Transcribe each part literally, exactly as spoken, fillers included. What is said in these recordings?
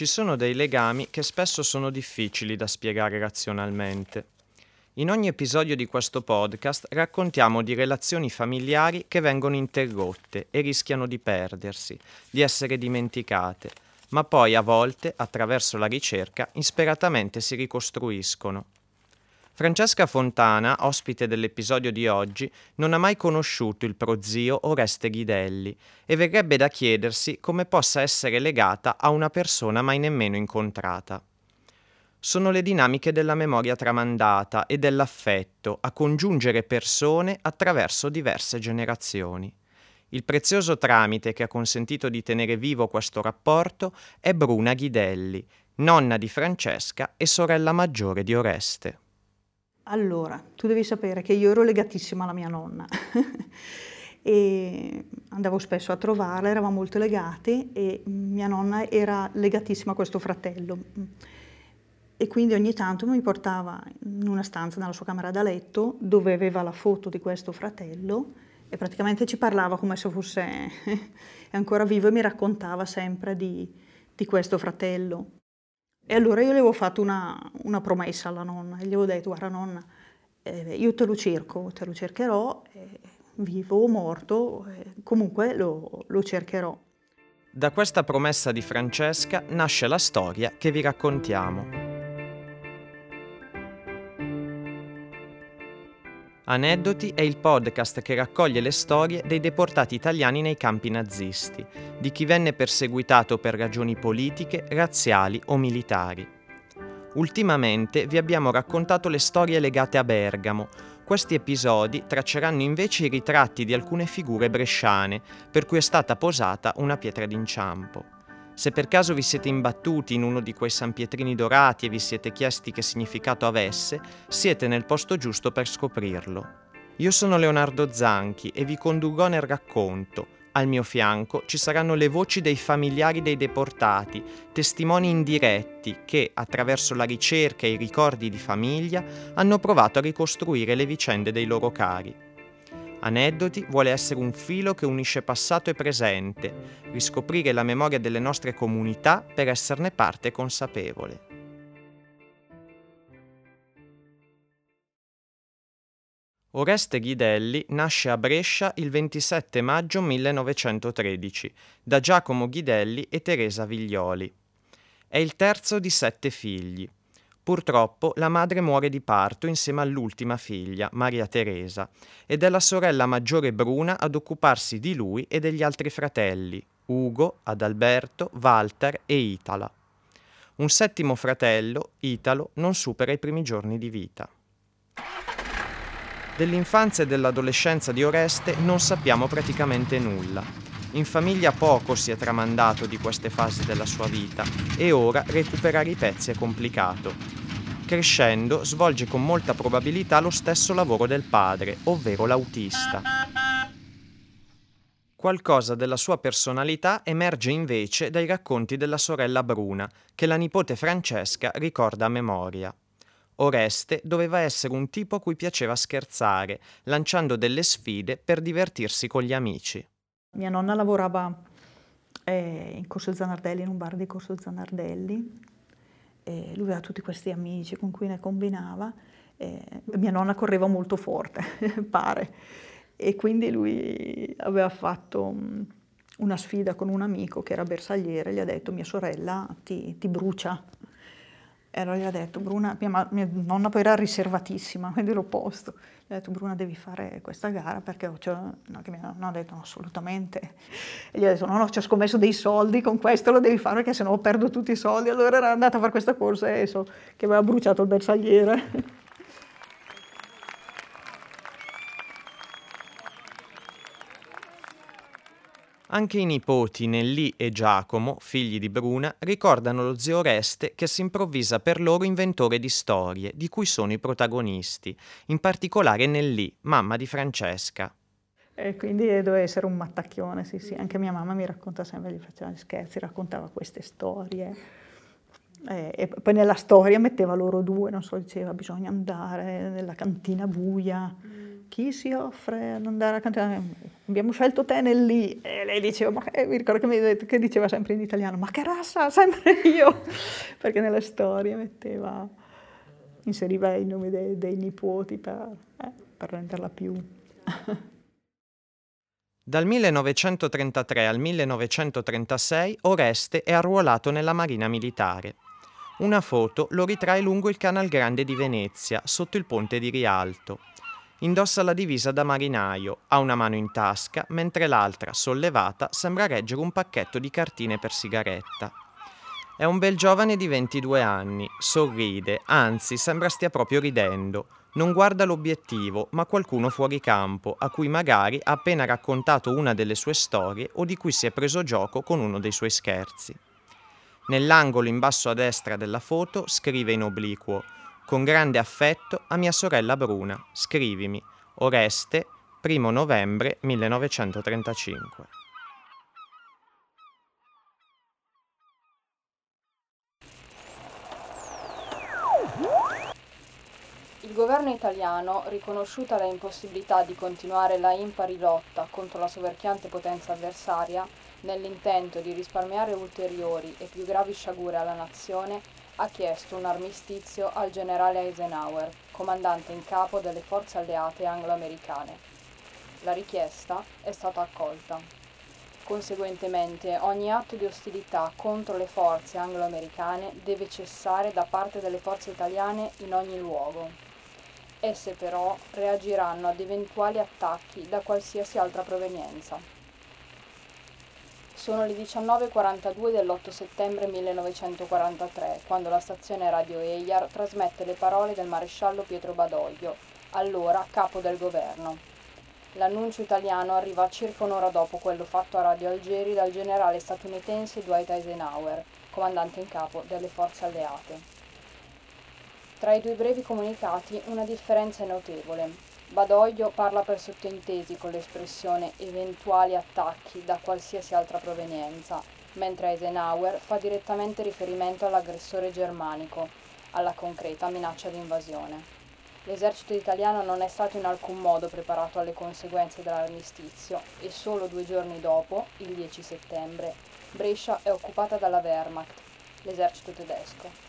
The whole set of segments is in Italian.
Ci sono dei legami che spesso sono difficili da spiegare razionalmente. In ogni episodio di questo podcast raccontiamo di relazioni familiari che vengono interrotte e rischiano di perdersi, di essere dimenticate, ma poi a volte, attraverso la ricerca, insperatamente si ricostruiscono. Francesca Fontana, ospite dell'episodio di oggi, non ha mai conosciuto il prozio Oreste Ghidelli e verrebbe da chiedersi come possa essere legata a una persona mai nemmeno incontrata. Sono le dinamiche della memoria tramandata e dell'affetto a congiungere persone attraverso diverse generazioni. Il prezioso tramite che ha consentito di tenere vivo questo rapporto è Bruna Ghidelli, nonna di Francesca e sorella maggiore di Oreste. Allora, tu devi sapere che io ero legatissima alla mia nonna e andavo spesso a trovarla, eravamo molto legati e mia nonna era legatissima a questo fratello e quindi ogni tanto mi portava in una stanza nella sua camera da letto dove aveva la foto di questo fratello e praticamente ci parlava come se fosse ancora vivo e mi raccontava sempre di, di questo fratello. E allora io le avevo fatto una, una promessa alla nonna e gli avevo detto: guarda nonna, eh, io te lo cerco, te lo cercherò, eh, vivo o morto, eh, comunque lo, lo cercherò. Da questa promessa di Francesca nasce la storia che vi raccontiamo. Aneddoti è il podcast che raccoglie le storie dei deportati italiani nei campi nazisti, di chi venne perseguitato per ragioni politiche, razziali o militari. Ultimamente vi abbiamo raccontato le storie legate a Bergamo. Questi episodi tracceranno invece i ritratti di alcune figure bresciane, per cui è stata posata una pietra d'inciampo. Se per caso vi siete imbattuti in uno di quei sanpietrini dorati e vi siete chiesti che significato avesse, siete nel posto giusto per scoprirlo. Io sono Leonardo Zanchi e vi condurrò nel racconto. Al mio fianco ci saranno le voci dei familiari dei deportati, testimoni indiretti che, attraverso la ricerca e i ricordi di famiglia, hanno provato a ricostruire le vicende dei loro cari. Aneddoti vuole essere un filo che unisce passato e presente, riscoprire la memoria delle nostre comunità per esserne parte consapevole. Oreste Ghidelli nasce a Brescia il ventisette maggio millenovecentotredici da Giacomo Ghidelli e Teresa Viglioli. È il terzo di sette figli. Purtroppo la madre muore di parto insieme all'ultima figlia, Maria Teresa, ed è la sorella maggiore Bruna ad occuparsi di lui e degli altri fratelli, Ugo, Adalberto, Walter e Itala. Un settimo fratello, Italo, non supera i primi giorni di vita. Dell'infanzia e dell'adolescenza di Oreste non sappiamo praticamente nulla. In famiglia poco si è tramandato di queste fasi della sua vita e ora recuperare i pezzi è complicato. Crescendo svolge con molta probabilità lo stesso lavoro del padre, ovvero l'autista. Qualcosa della sua personalità emerge invece dai racconti della sorella Bruna, che la nipote Francesca ricorda a memoria. Oreste doveva essere un tipo a cui piaceva scherzare, lanciando delle sfide per divertirsi con gli amici. Mia nonna lavorava eh, in Corso Zanardelli, in un bar di Corso Zanardelli, e lui aveva tutti questi amici con cui ne combinava. E mia nonna correva molto forte, pare, e quindi lui aveva fatto um, una sfida con un amico che era bersagliere, gli ha detto: mia sorella ti, ti brucia. E allora gli ha detto: Bruna, mia, mia nonna poi era riservatissima, quindi l'opposto. Gli ha detto: Bruna, devi fare questa gara perché ho, cioè, no, che mia nonna ha detto: no, assolutamente. E gli ha detto: no, no, ci ho scommesso dei soldi, con questo lo devi fare perché sennò perdo tutti i soldi. Allora era andata a fare questa corsa e so che aveva bruciato il bersagliere. Anche i nipoti Nellì e Giacomo, figli di Bruna, ricordano lo zio Oreste che si improvvisa per loro inventore di storie, di cui sono i protagonisti, in particolare Nellì, mamma di Francesca. E quindi doveva essere un mattacchione, sì sì, anche mia mamma mi racconta sempre, gli faceva gli scherzi, raccontava queste storie. Eh, e poi nella storia metteva loro due, non so, diceva bisogna andare nella cantina buia, mm. chi si offre ad andare alla cantina? Abbiamo scelto te nel lì, e lei diceva, ma che, mi ricordo che, mi, che diceva sempre in italiano, ma che razza, sempre io, perché nelle storie metteva, inseriva i nomi dei, dei nipoti per, eh, per renderla più... Dal millenovecentotrentatré al millenovecentotrentasei Oreste è arruolato nella Marina Militare. Una foto lo ritrae lungo il Canal Grande di Venezia, sotto il ponte di Rialto. Indossa la divisa da marinaio, ha una mano in tasca, mentre l'altra, sollevata, sembra reggere un pacchetto di cartine per sigaretta. È un bel giovane di ventidue anni, sorride, anzi sembra stia proprio ridendo. Non guarda l'obiettivo, ma qualcuno fuori campo, a cui magari ha appena raccontato una delle sue storie o di cui si è preso gioco con uno dei suoi scherzi. Nell'angolo in basso a destra della foto scrive in obliquo: «Con grande affetto a mia sorella Bruna, scrivimi, Oreste, primo novembre millenovecentotrentacinque». Il governo italiano, riconosciuta la impossibilità di continuare la impari lotta contro la soverchiante potenza avversaria, nell'intento di risparmiare ulteriori e più gravi sciagure alla nazione, ha chiesto un armistizio al generale Eisenhower, comandante in capo delle forze alleate anglo-americane. La richiesta è stata accolta. Conseguentemente, ogni atto di ostilità contro le forze anglo-americane deve cessare da parte delle forze italiane in ogni luogo. Esse però reagiranno ad eventuali attacchi da qualsiasi altra provenienza. Sono le diciannove e quarantadue dell'otto settembre millenovecentoquarantatré, quando la stazione Radio Ejar trasmette le parole del maresciallo Pietro Badoglio, allora capo del governo. L'annuncio italiano arriva circa un'ora dopo quello fatto a Radio Algeri dal generale statunitense Dwight Eisenhower, comandante in capo delle forze alleate. Tra i due brevi comunicati una differenza è notevole. Badoglio parla per sottintesi con l'espressione eventuali attacchi da qualsiasi altra provenienza, mentre Eisenhower fa direttamente riferimento all'aggressore germanico, alla concreta minaccia di invasione. L'esercito italiano non è stato in alcun modo preparato alle conseguenze dell'armistizio e solo due giorni dopo, il dieci settembre, Brescia è occupata dalla Wehrmacht, l'esercito tedesco.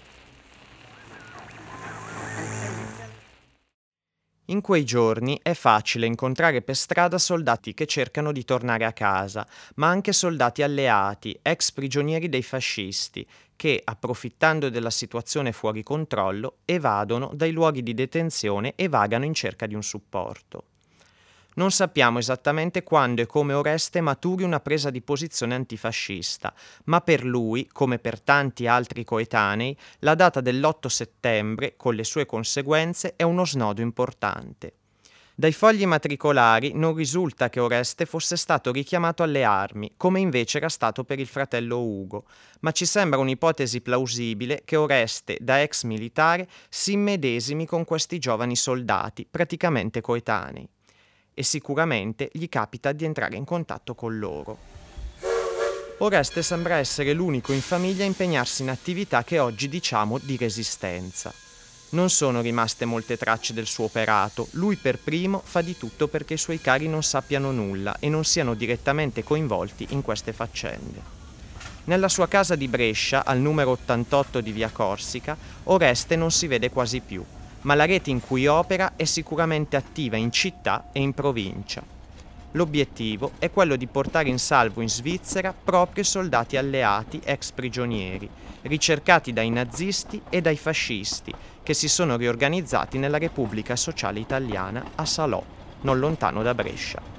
In quei giorni è facile incontrare per strada soldati che cercano di tornare a casa, ma anche soldati alleati, ex prigionieri dei fascisti, che, approfittando della situazione fuori controllo, evadono dai luoghi di detenzione e vagano in cerca di un supporto. Non sappiamo esattamente quando e come Oreste maturi una presa di posizione antifascista, ma per lui, come per tanti altri coetanei, la data dell'otto settembre, con le sue conseguenze, è uno snodo importante. Dai fogli matricolari non risulta che Oreste fosse stato richiamato alle armi, come invece era stato per il fratello Ugo, ma ci sembra un'ipotesi plausibile che Oreste, da ex militare, si immedesimi con questi giovani soldati, praticamente coetanei. E sicuramente gli capita di entrare in contatto con loro. Oreste sembra essere l'unico in famiglia a impegnarsi in attività che oggi diciamo di resistenza. Non sono rimaste molte tracce del suo operato, lui per primo fa di tutto perché i suoi cari non sappiano nulla e non siano direttamente coinvolti in queste faccende. Nella sua casa di Brescia, al numero ottantotto di via Corsica, Oreste non si vede quasi più, ma la rete in cui opera è sicuramente attiva in città e in provincia. L'obiettivo è quello di portare in salvo in Svizzera proprio i soldati alleati ex prigionieri, ricercati dai nazisti e dai fascisti, che si sono riorganizzati nella Repubblica Sociale Italiana a Salò, non lontano da Brescia.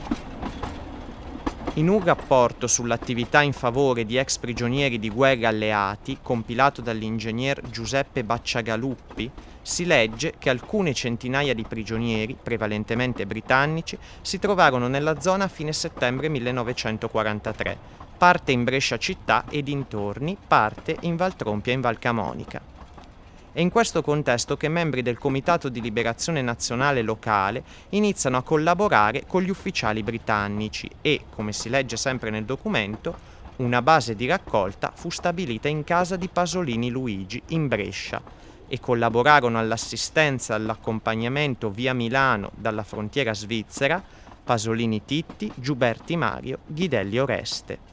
In un rapporto sull'attività in favore di ex prigionieri di guerra alleati, compilato dall'ingegner Giuseppe Bacciagaluppi, si legge che alcune centinaia di prigionieri, prevalentemente britannici, si trovarono nella zona a fine settembre millenovecentoquarantatré, parte in Brescia città e dintorni, parte in Valtrompia e in Valcamonica. È in questo contesto che membri del Comitato di Liberazione Nazionale locale iniziano a collaborare con gli ufficiali britannici e, come si legge sempre nel documento, Una base di raccolta fu stabilita in casa di Pasolini Luigi, in Brescia, e collaborarono all'assistenza e all'accompagnamento via Milano dalla frontiera svizzera Pasolini Titti, Giuberti Mario, Ghidelli Oreste.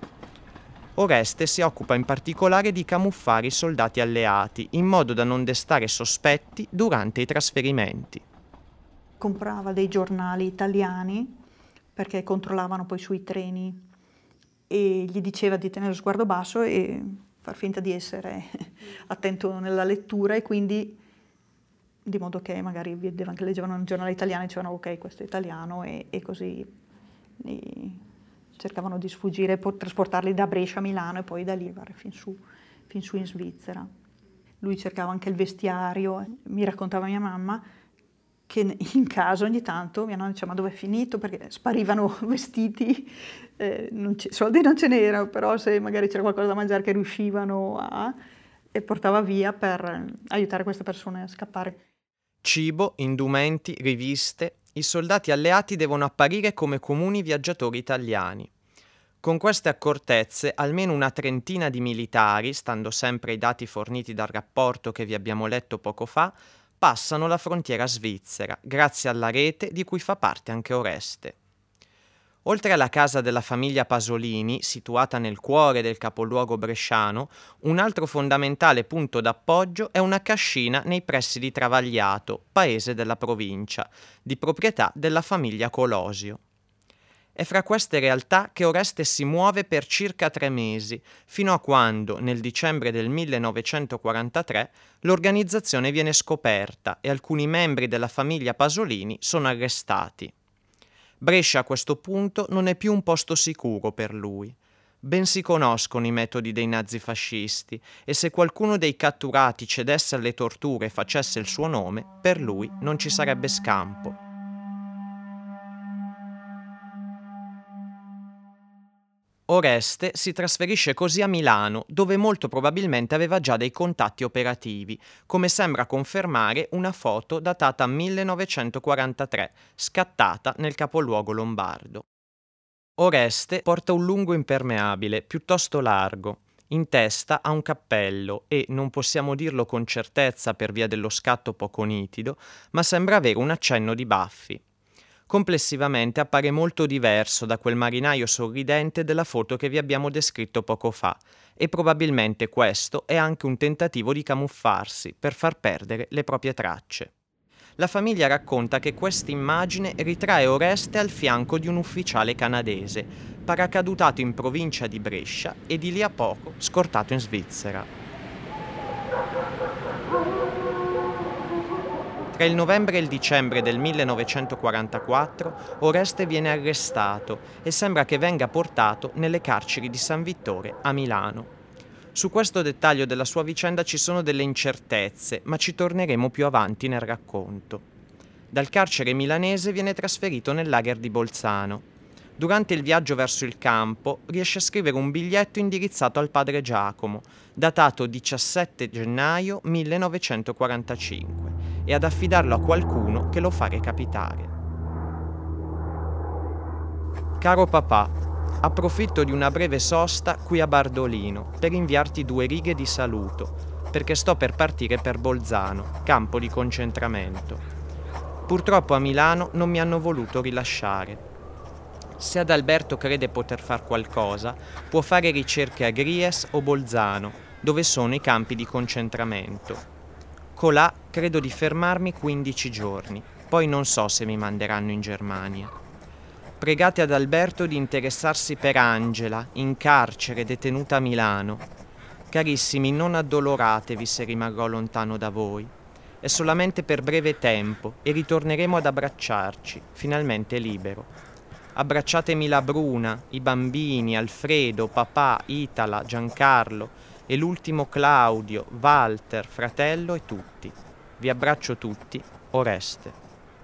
Oreste si occupa in particolare di camuffare i soldati alleati in modo da non destare sospetti durante i trasferimenti. Comprava dei giornali italiani perché controllavano poi sui treni e gli diceva di tenere lo sguardo basso e far finta di essere attento nella lettura, e quindi di modo che magari vedevano che leggevano un giornale italiano e dicevano ok, questo è italiano, e, e così e cercavano di sfuggire, poi trasportarli da Brescia a Milano e poi da lì arrivare fin su, fin su in Svizzera. Lui cercava anche il vestiario, mi raccontava mia mamma che in casa ogni tanto mia nonna diceva ma dove è finito, perché sparivano vestiti, eh, non soldi non ce n'erano, però se magari c'era qualcosa da mangiare che riuscivano a, e portava via per aiutare queste persone a scappare. Cibo, indumenti, riviste, i soldati alleati devono apparire come comuni viaggiatori italiani. Con queste accortezze, almeno una trentina di militari, stando sempre ai dati forniti dal rapporto che vi abbiamo letto poco fa, passano la frontiera svizzera, grazie alla rete di cui fa parte anche Oreste. Oltre alla casa della famiglia Pasolini, situata nel cuore del capoluogo bresciano, un altro fondamentale punto d'appoggio è una cascina nei pressi di Travagliato, paese della provincia, di proprietà della famiglia Colosio. È fra queste realtà che Oreste si muove per circa tre mesi, fino a quando, nel dicembre del millenovecentoquarantatré, l'organizzazione viene scoperta e alcuni membri della famiglia Pasolini sono arrestati. Brescia a questo punto non è più un posto sicuro per lui. Ben si conoscono i metodi dei nazifascisti e se qualcuno dei catturati cedesse alle torture e facesse il suo nome, per lui non ci sarebbe scampo. Oreste si trasferisce così a Milano, dove molto probabilmente aveva già dei contatti operativi, come sembra confermare una foto datata millenovecentoquarantatré, scattata nel capoluogo lombardo. Oreste porta un lungo impermeabile, piuttosto largo. In testa ha un cappello e, non possiamo dirlo con certezza per via dello scatto poco nitido, ma sembra avere un accenno di baffi. Complessivamente appare molto diverso da quel marinaio sorridente della foto che vi abbiamo descritto poco fa, e probabilmente questo è anche un tentativo di camuffarsi per far perdere le proprie tracce. La famiglia racconta che questa immagine ritrae Oreste al fianco di un ufficiale canadese, paracadutato in provincia di Brescia e di lì a poco scortato in Svizzera. Tra il novembre e il dicembre del millenovecentoquarantaquattro Oreste viene arrestato e sembra che venga portato nelle carceri di San Vittore a Milano. Su questo dettaglio della sua vicenda ci sono delle incertezze, ma ci torneremo più avanti nel racconto. Dal carcere milanese viene trasferito nel lager di Bolzano. Durante il viaggio verso il campo riesce a scrivere un biglietto indirizzato al padre Giacomo, datato diciassette gennaio millenovecentoquarantacinque, e ad affidarlo a qualcuno che lo fa recapitare. Caro papà, approfitto di una breve sosta qui a Bardolino per inviarti due righe di saluto, perché sto per partire per Bolzano, campo di concentramento. Purtroppo a Milano non mi hanno voluto rilasciare. Se Adalberto crede poter far qualcosa, può fare ricerche a Gries o Bolzano, dove sono i campi di concentramento. Colà credo di fermarmi quindici giorni, poi non so se mi manderanno in Germania. Pregate ad Alberto di interessarsi per Angela, in carcere, detenuta a Milano. Carissimi, non addoloratevi se rimarrò lontano da voi. È solamente per breve tempo e ritorneremo ad abbracciarci, finalmente libero. Abbracciatemi la Bruna, i bambini, Alfredo, papà, Itala, Giancarlo e l'ultimo Claudio, Walter, fratello e tutti. Vi abbraccio tutti, Oreste.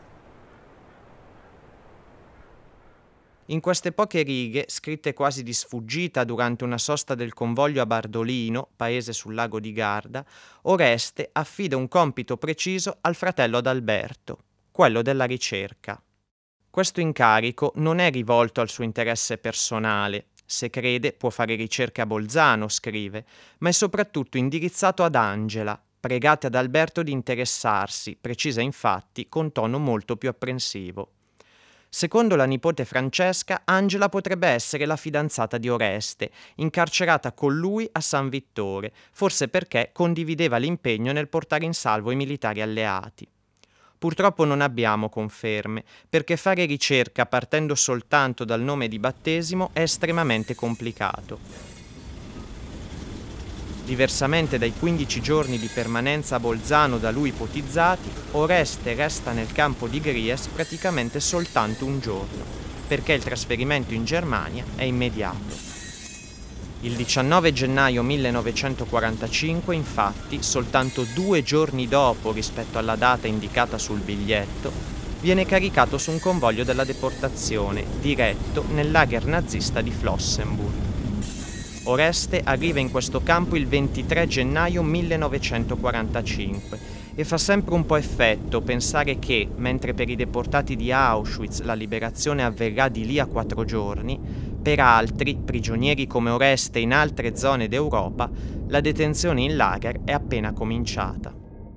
In queste poche righe, scritte quasi di sfuggita durante una sosta del convoglio a Bardolino, paese sul lago di Garda, Oreste affida un compito preciso al fratello Adalberto, quello della ricerca. Questo incarico non è rivolto al suo interesse personale, Se crede può fare ricerche a Bolzano, scrive, ma è soprattutto indirizzato ad Angela. Pregate ad Alberto di interessarsi, precisa infatti con tono molto più apprensivo. Secondo la nipote Francesca, Angela potrebbe essere la fidanzata di Oreste, incarcerata con lui a San Vittore, forse perché condivideva l'impegno nel portare in salvo i militari alleati. Purtroppo non abbiamo conferme, perché fare ricerca partendo soltanto dal nome di battesimo è estremamente complicato. Diversamente dai quindici giorni di permanenza a Bolzano da lui ipotizzati, Oreste resta nel campo di Gries praticamente soltanto un giorno, perché il trasferimento in Germania è immediato. Il diciannove gennaio millenovecentoquarantacinque, infatti, soltanto due giorni dopo rispetto alla data indicata sul biglietto, viene caricato su un convoglio della deportazione, diretto nel lager nazista di Flossenburg. Oreste arriva in questo campo il ventitré gennaio millenovecentoquarantacinque e fa sempre un po' effetto pensare che, mentre per i deportati di Auschwitz la liberazione avverrà di lì a quattro giorni, per altri, prigionieri come Oreste in altre zone d'Europa, la detenzione in lager è appena cominciata.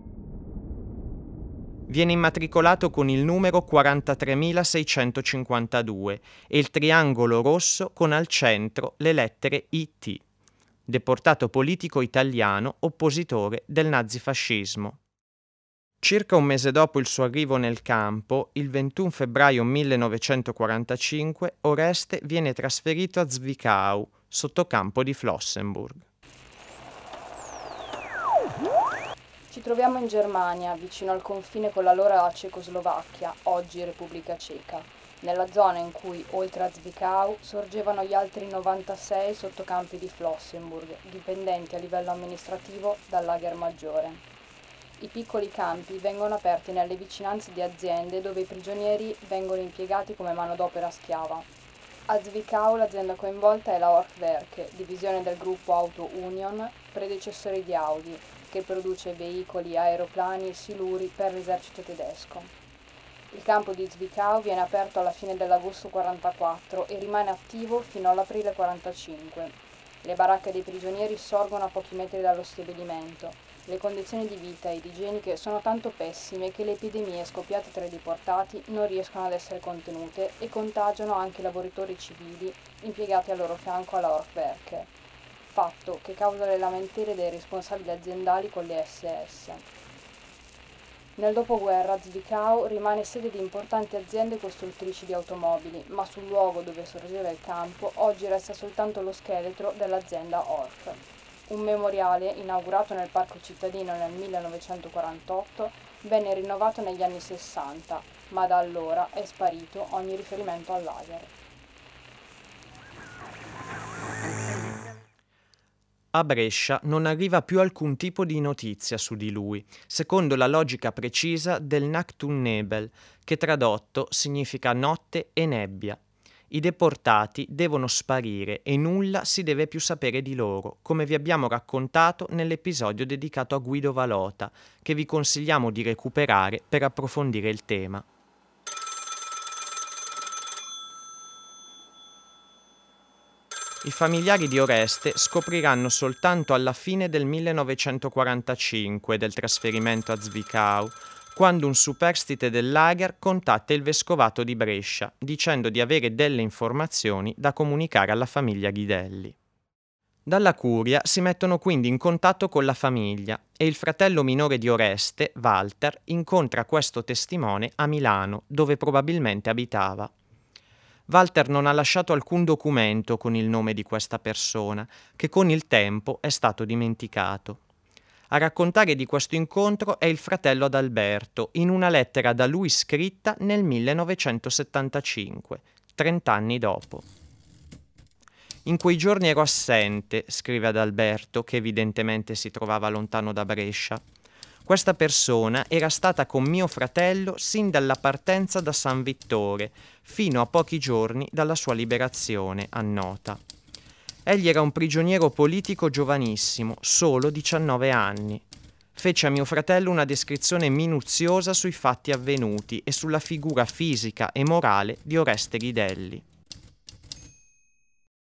Viene immatricolato con il numero quarantatremilaseicentocinquantadue e il triangolo rosso con al centro le lettere I T. Deportato politico italiano, oppositore del nazifascismo. Circa un mese dopo il suo arrivo nel campo, il ventuno febbraio millenovecentoquarantacinque, Oreste viene trasferito a Zwickau, sottocampo di Flossenburg. Ci troviamo in Germania, vicino al confine con l'allora Cecoslovacchia, oggi Repubblica Ceca, nella zona in cui, oltre a Zwickau, sorgevano gli altri novantasei sottocampi di Flossenburg, dipendenti a livello amministrativo dal lager maggiore. I piccoli campi vengono aperti nelle vicinanze di aziende dove i prigionieri vengono impiegati come manodopera schiava. A Zwickau l'azienda coinvolta è la Orkwerke, divisione del gruppo Auto Union, predecessore di Audi, che produce veicoli, aeroplani e siluri per l'esercito tedesco. Il campo di Zwickau viene aperto alla fine dell'agosto quarantaquattro e rimane attivo fino all'aprile quarantacinque. Le baracche dei prigionieri sorgono a pochi metri dallo stabilimento. Le condizioni di vita ed igieniche sono tanto pessime che le epidemie scoppiate tra i deportati non riescono ad essere contenute e contagiano anche i lavoratori civili impiegati al loro fianco alla Orkwerke, fatto che causa le lamentele dei responsabili aziendali con le S S. Nel dopoguerra Zwickau rimane sede di importanti aziende costruttrici di automobili, ma sul luogo dove sorgeva il campo oggi resta soltanto lo scheletro dell'azienda Orff. Un memoriale, inaugurato nel Parco Cittadino nel millenovecentoquarantotto, venne rinnovato negli anni sessanta, ma da allora è sparito ogni riferimento al lager. A Brescia non arriva più alcun tipo di notizia su di lui, secondo la logica precisa del Nachtun-Nebel, che tradotto significa notte e nebbia. I deportati devono sparire e nulla si deve più sapere di loro, come vi abbiamo raccontato nell'episodio dedicato a Guido Valota, che vi consigliamo di recuperare per approfondire il tema. I familiari di Oreste scopriranno soltanto alla fine del millenovecentoquarantacinque del trasferimento a Zwickau, quando un superstite del lager contatta il vescovato di Brescia, dicendo di avere delle informazioni da comunicare alla famiglia Ghidelli. Dalla curia si mettono quindi in contatto con la famiglia e il fratello minore di Oreste, Walter, incontra questo testimone a Milano, dove probabilmente abitava. Walter non ha lasciato alcun documento con il nome di questa persona, che con il tempo è stato dimenticato. A raccontare di questo incontro è il fratello Adalberto, in una lettera da lui scritta nel millenovecentosettantacinque, trent'anni dopo. In quei giorni ero assente, scrive Adalberto, che evidentemente si trovava lontano da Brescia. Questa persona era stata con mio fratello sin dalla partenza da San Vittore, fino a pochi giorni dalla sua liberazione, annota. Egli era un prigioniero politico giovanissimo, solo diciannove anni. Fece a mio fratello una descrizione minuziosa sui fatti avvenuti e sulla figura fisica e morale di Oreste Ghidelli.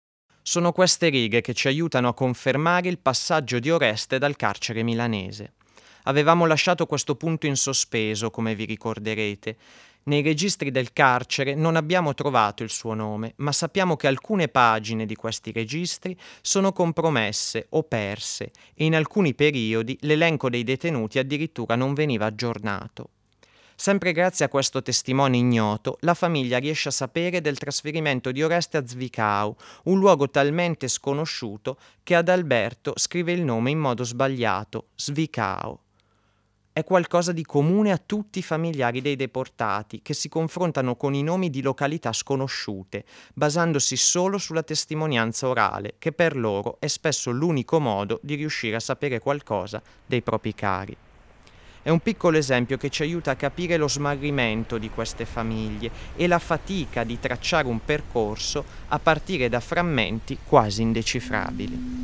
Sono queste righe che ci aiutano a confermare il passaggio di Oreste dal carcere milanese. Avevamo lasciato questo punto in sospeso, come vi ricorderete. Nei registri del carcere non abbiamo trovato il suo nome, ma sappiamo che alcune pagine di questi registri sono compromesse o perse e in alcuni periodi l'elenco dei detenuti addirittura non veniva aggiornato. Sempre grazie a questo testimone ignoto, la famiglia riesce a sapere del trasferimento di Oreste a Zwickau, un luogo talmente sconosciuto che Adalberto scrive il nome in modo sbagliato, Zwickau. È qualcosa di comune a tutti i familiari dei deportati che si confrontano con i nomi di località sconosciute, basandosi solo sulla testimonianza orale, che per loro è spesso l'unico modo di riuscire a sapere qualcosa dei propri cari. È un piccolo esempio che ci aiuta a capire lo smarrimento di queste famiglie e la fatica di tracciare un percorso a partire da frammenti quasi indecifrabili.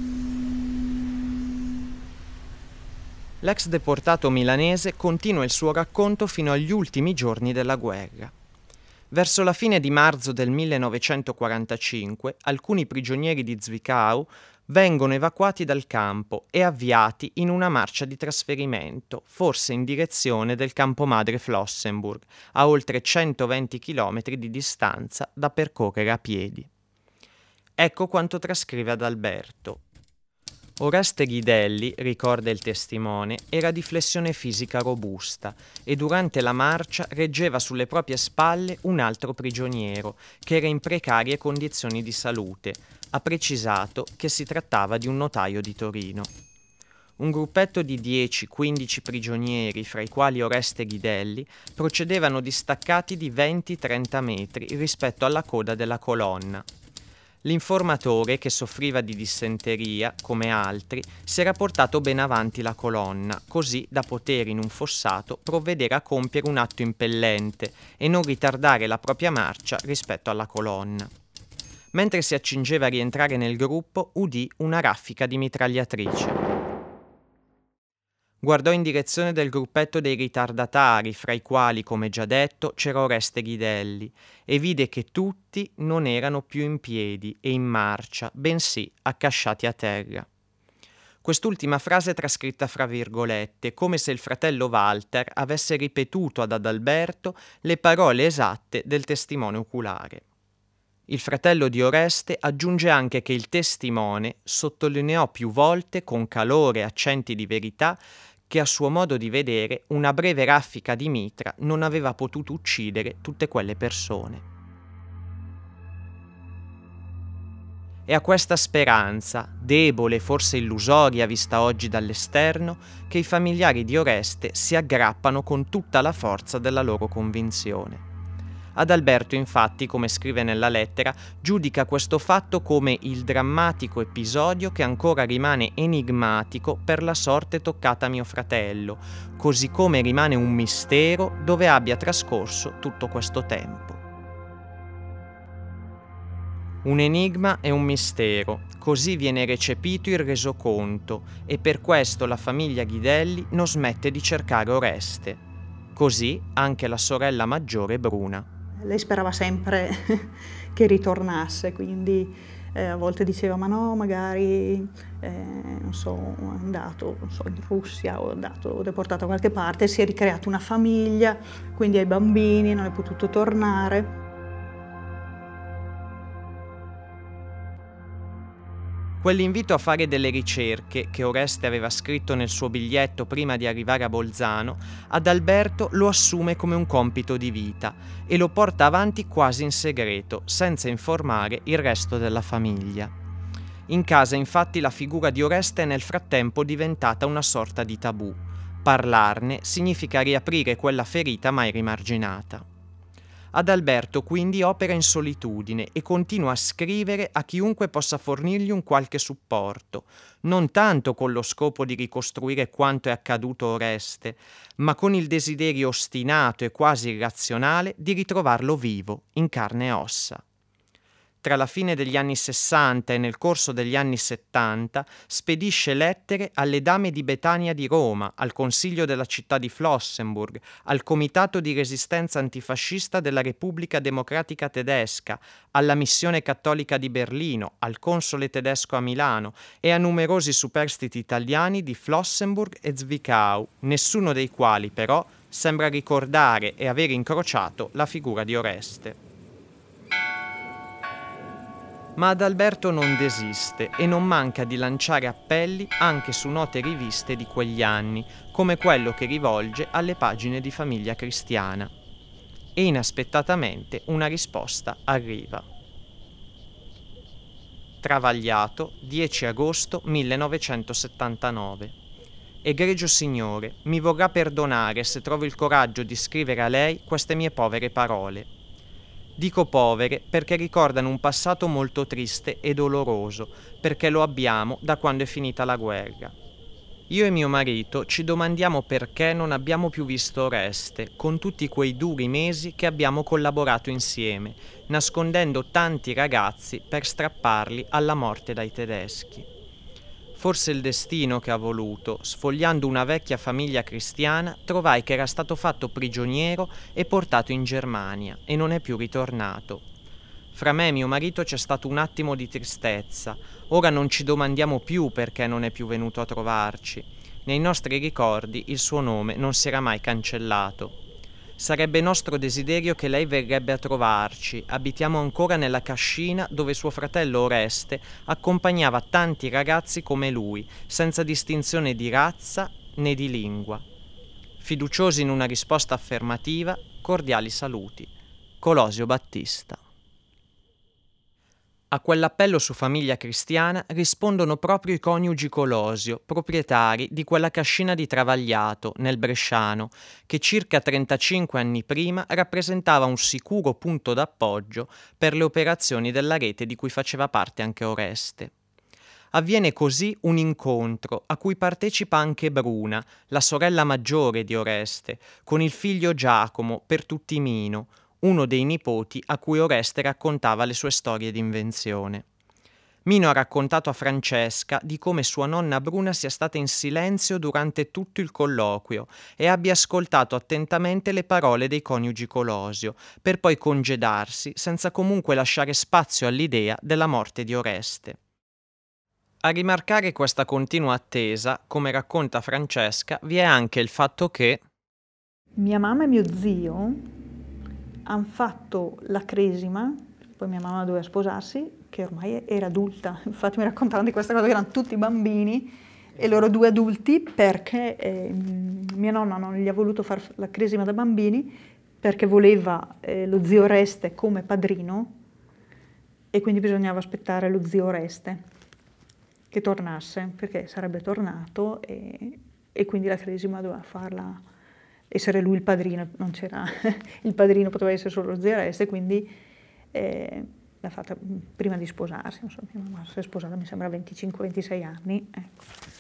L'ex deportato milanese continua il suo racconto fino agli ultimi giorni della guerra. Verso la fine di marzo del millenovecentoquarantacinque, alcuni prigionieri di Zwickau vengono evacuati dal campo e avviati in una marcia di trasferimento, forse in direzione del campo madre Flossenburg, a oltre centoventi chilometri di distanza da percorrere a piedi. Ecco quanto trascrive Adalberto. Oreste Ghidelli, ricorda il testimone, era di flessione fisica robusta e durante la marcia reggeva sulle proprie spalle un altro prigioniero che era in precarie condizioni di salute. Ha precisato che si trattava di un notaio di Torino. Un gruppetto di dieci quindici prigionieri, fra i quali Oreste Ghidelli, procedevano distaccati di venti trenta metri rispetto alla coda della colonna. L'informatore, che soffriva di dissenteria, come altri, si era portato ben avanti la colonna, così da poter in un fossato provvedere a compiere un atto impellente e non ritardare la propria marcia rispetto alla colonna. Mentre si accingeva a rientrare nel gruppo, udì una raffica di mitragliatrice. Guardò in direzione del gruppetto dei ritardatari, fra i quali, come già detto, c'era Oreste Ghidelli, e vide che tutti non erano più in piedi e in marcia, bensì accasciati a terra. Quest'ultima frase è trascritta fra virgolette, come se il fratello Walter avesse ripetuto ad Adalberto le parole esatte del testimone oculare. Il fratello di Oreste aggiunge anche che il testimone sottolineò più volte con calore e accenti di verità che a suo modo di vedere una breve raffica di mitra non aveva potuto uccidere tutte quelle persone. È a questa speranza, debole e forse illusoria vista oggi dall'esterno, che i familiari di Oreste si aggrappano con tutta la forza della loro convinzione. Adalberto, infatti, come scrive nella lettera, giudica questo fatto come il drammatico episodio che ancora rimane enigmatico per la sorte toccata a mio fratello, così come rimane un mistero dove abbia trascorso tutto questo tempo. Un enigma e un mistero, così viene recepito il resoconto e per questo la famiglia Ghidelli non smette di cercare Oreste. Così anche la sorella maggiore Bruna. Lei sperava sempre che ritornasse, quindi eh, a volte diceva ma no, magari eh, non so, è andato non so, in Russia o è andato o deportato da qualche parte, si è ricreata una famiglia, quindi ai bambini, non è potuto tornare. Quell'invito a fare delle ricerche, che Oreste aveva scritto nel suo biglietto prima di arrivare a Bolzano, Adalberto lo assume come un compito di vita e lo porta avanti quasi in segreto, senza informare il resto della famiglia. In casa, infatti, la figura di Oreste è nel frattempo diventata una sorta di tabù. Parlarne significa riaprire quella ferita mai rimarginata. Adalberto quindi opera in solitudine e continua a scrivere a chiunque possa fornirgli un qualche supporto, non tanto con lo scopo di ricostruire quanto è accaduto a Oreste, ma con il desiderio ostinato e quasi irrazionale di ritrovarlo vivo, in carne e ossa. tra la fine degli anni sessanta e nel corso degli anni settanta, spedisce lettere alle Dame di Betania di Roma, al Consiglio della città di Flossenburg, al Comitato di Resistenza Antifascista della Repubblica Democratica Tedesca, alla Missione Cattolica di Berlino, al console tedesco a Milano e a numerosi superstiti italiani di Flossenburg e Zwickau, nessuno dei quali però sembra ricordare e aver incrociato la figura di Oreste. Ma Adalberto non desiste e non manca di lanciare appelli anche su note riviste di quegli anni, come quello che rivolge alle pagine di Famiglia Cristiana. E inaspettatamente una risposta arriva. Travagliato, dieci agosto millenovecentosettantanove. Egregio Signore, mi vorrà perdonare se trovo il coraggio di scrivere a lei queste mie povere parole. Dico povere perché ricordano un passato molto triste e doloroso, perché lo abbiamo da quando è finita la guerra. Io e mio marito ci domandiamo perché non abbiamo più visto Oreste, con tutti quei duri mesi che abbiamo collaborato insieme, nascondendo tanti ragazzi per strapparli alla morte dai tedeschi. Forse il destino che ha voluto, sfogliando una vecchia famiglia cristiana, trovai che era stato fatto prigioniero e portato in Germania e non è più ritornato. Fra me e mio marito c'è stato un attimo di tristezza. Ora non ci domandiamo più perché non è più venuto a trovarci. Nei nostri ricordi il suo nome non si era mai cancellato. Sarebbe nostro desiderio che lei verrebbe a trovarci. Abitiamo ancora nella cascina dove suo fratello Oreste accompagnava tanti ragazzi come lui, senza distinzione di razza né di lingua. Fiduciosi in una risposta affermativa, cordiali saluti. Colosio Battista. A quell'appello su Famiglia Cristiana rispondono proprio i coniugi Colosio, proprietari di quella cascina di Travagliato, nel Bresciano, che circa trentacinque anni prima rappresentava un sicuro punto d'appoggio per le operazioni della rete di cui faceva parte anche Oreste. Avviene così un incontro a cui partecipa anche Bruna, la sorella maggiore di Oreste, con il figlio Giacomo, per tutti Mino, uno dei nipoti a cui Oreste raccontava le sue storie di invenzione. Mino ha raccontato a Francesca di come sua nonna Bruna sia stata in silenzio durante tutto il colloquio e abbia ascoltato attentamente le parole dei coniugi Colosio, per poi congedarsi senza comunque lasciare spazio all'idea della morte di Oreste. A rimarcare questa continua attesa, come racconta Francesca, vi è anche il fatto che mia mamma e mio zio hanno fatto la cresima, poi mia mamma doveva sposarsi, che ormai era adulta. Infatti mi raccontavano di questa cosa, che erano tutti bambini e loro due adulti, perché eh, mia nonna non gli ha voluto fare la cresima da bambini perché voleva eh, lo zio Oreste come padrino e quindi bisognava aspettare lo zio Oreste che tornasse, perché sarebbe tornato e, e quindi la cresima doveva farla, essere lui il padrino, non c'era il padrino, poteva essere solo lo zio Oreste, quindi eh, l'ha fatta prima di sposarsi. Non so, mia mamma si è sposata mi sembra a venticinque ventisei anni, ecco.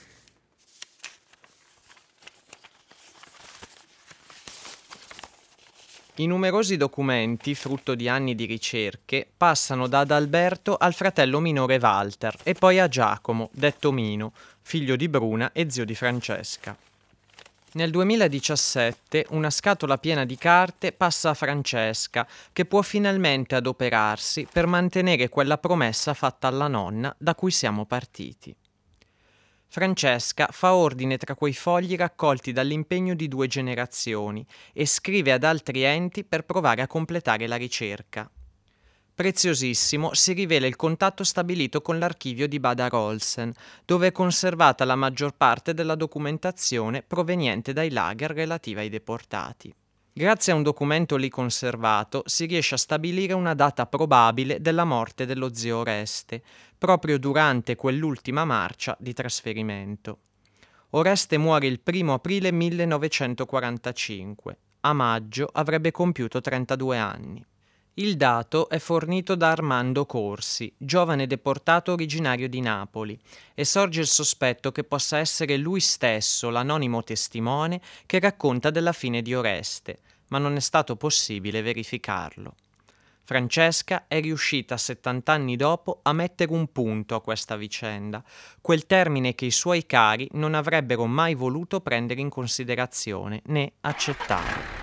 I numerosi documenti, frutto di anni di ricerche, passano da Adalberto al fratello minore Walter e poi a Giacomo, detto Mino, figlio di Bruna e zio di Francesca. Nel duemiladiciassette una scatola piena di carte passa a Francesca, che può finalmente adoperarsi per mantenere quella promessa fatta alla nonna da cui siamo partiti. Francesca fa ordine tra quei fogli raccolti dall'impegno di due generazioni e scrive ad altri enti per provare a completare la ricerca. Preziosissimo si rivela il contatto stabilito con l'archivio di Bad Arolsen, dove è conservata la maggior parte della documentazione proveniente dai lager relativa ai deportati. Grazie a un documento lì conservato si riesce a stabilire una data probabile della morte dello zio Oreste, proprio durante quell'ultima marcia di trasferimento. Oreste muore il primo aprile millenovecentoquarantacinque. A maggio avrebbe compiuto trentadue anni. Il dato è fornito da Armando Corsi, giovane deportato originario di Napoli, e sorge il sospetto che possa essere lui stesso l'anonimo testimone che racconta della fine di Oreste, ma non è stato possibile verificarlo. Francesca è riuscita settanta anni dopo a mettere un punto a questa vicenda, quel termine che i suoi cari non avrebbero mai voluto prendere in considerazione né accettare.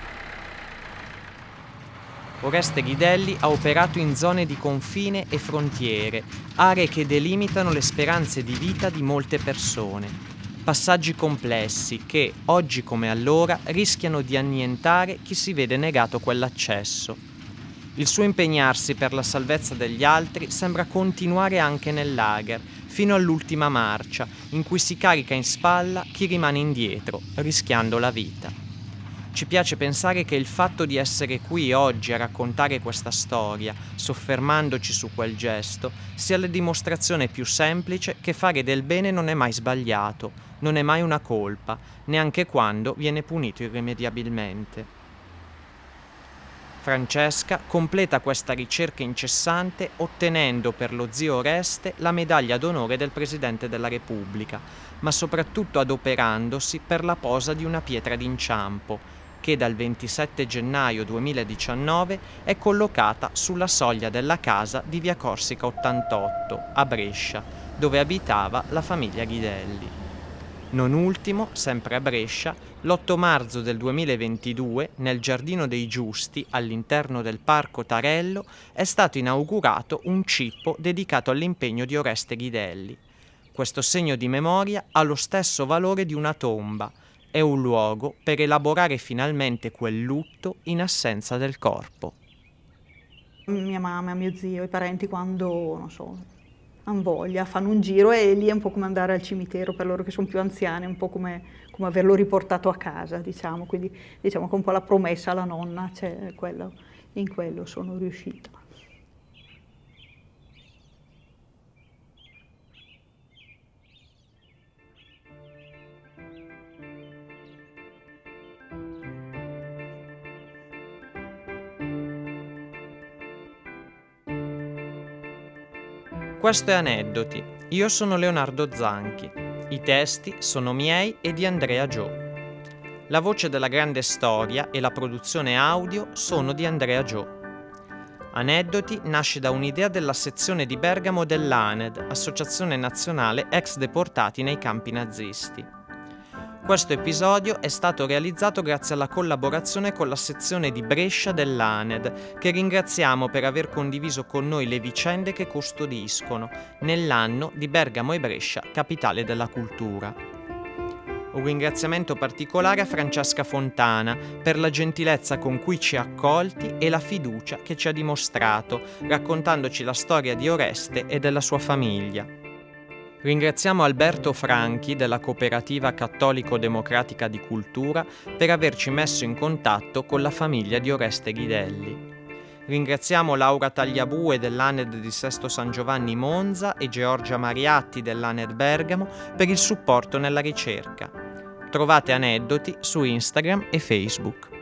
Oreste Ghidelli ha operato in zone di confine e frontiere, aree che delimitano le speranze di vita di molte persone. Passaggi complessi che, oggi come allora, rischiano di annientare chi si vede negato quell'accesso. Il suo impegnarsi per la salvezza degli altri sembra continuare anche nel lager, fino all'ultima marcia, in cui si carica in spalla chi rimane indietro, rischiando la vita. Ci piace pensare che il fatto di essere qui oggi a raccontare questa storia, soffermandoci su quel gesto, sia la dimostrazione più semplice che fare del bene non è mai sbagliato, non è mai una colpa, neanche quando viene punito irrimediabilmente. Francesca completa questa ricerca incessante ottenendo per lo zio Oreste la medaglia d'onore del Presidente della Repubblica, ma soprattutto adoperandosi per la posa di una pietra d'inciampo, che dal ventisette gennaio duemiladiciannove è collocata sulla soglia della casa di via Corsica ottantotto, a Brescia, dove abitava la famiglia Ghidelli. Non ultimo, sempre a Brescia, l'otto marzo del duemilaventidue, nel Giardino dei Giusti, all'interno del Parco Tarello, è stato inaugurato un cippo dedicato all'impegno di Oreste Ghidelli. Questo segno di memoria ha lo stesso valore di una tomba. È un luogo per elaborare finalmente quel lutto in assenza del corpo. Mia mamma, mio zio, i parenti quando, non so, hanno voglia, fanno un giro e lì è un po' come andare al cimitero per loro che sono più anziani, è un po' come, come averlo riportato a casa, diciamo, quindi diciamo che un po' la promessa alla nonna, cioè, quello, in quello sono riuscita. Questo è Aneddoti. Io sono Leonardo Zanchi. I testi sono miei e di Andrea Gio. La voce della grande storia e la produzione audio sono di Andrea Gio. Aneddoti nasce da un'idea della sezione di Bergamo dell'A N E D, Associazione Nazionale Ex Deportati nei Campi Nazisti. Questo episodio è stato realizzato grazie alla collaborazione con la sezione di Brescia dell'A N E D, che ringraziamo per aver condiviso con noi le vicende che custodiscono nell'anno di Bergamo e Brescia, capitale della cultura. Un ringraziamento particolare a Francesca Fontana per la gentilezza con cui ci ha accolti e la fiducia che ci ha dimostrato, raccontandoci la storia di Oreste e della sua famiglia. Ringraziamo Alberto Franchi della Cooperativa Cattolico-Democratica di Cultura per averci messo in contatto con la famiglia di Oreste Ghidelli. Ringraziamo Laura Tagliabue dell'A N E D di Sesto San Giovanni Monza e Giorgia Mariatti dell'A N E D Bergamo per il supporto nella ricerca. Trovate Aneddoti su Instagram e Facebook.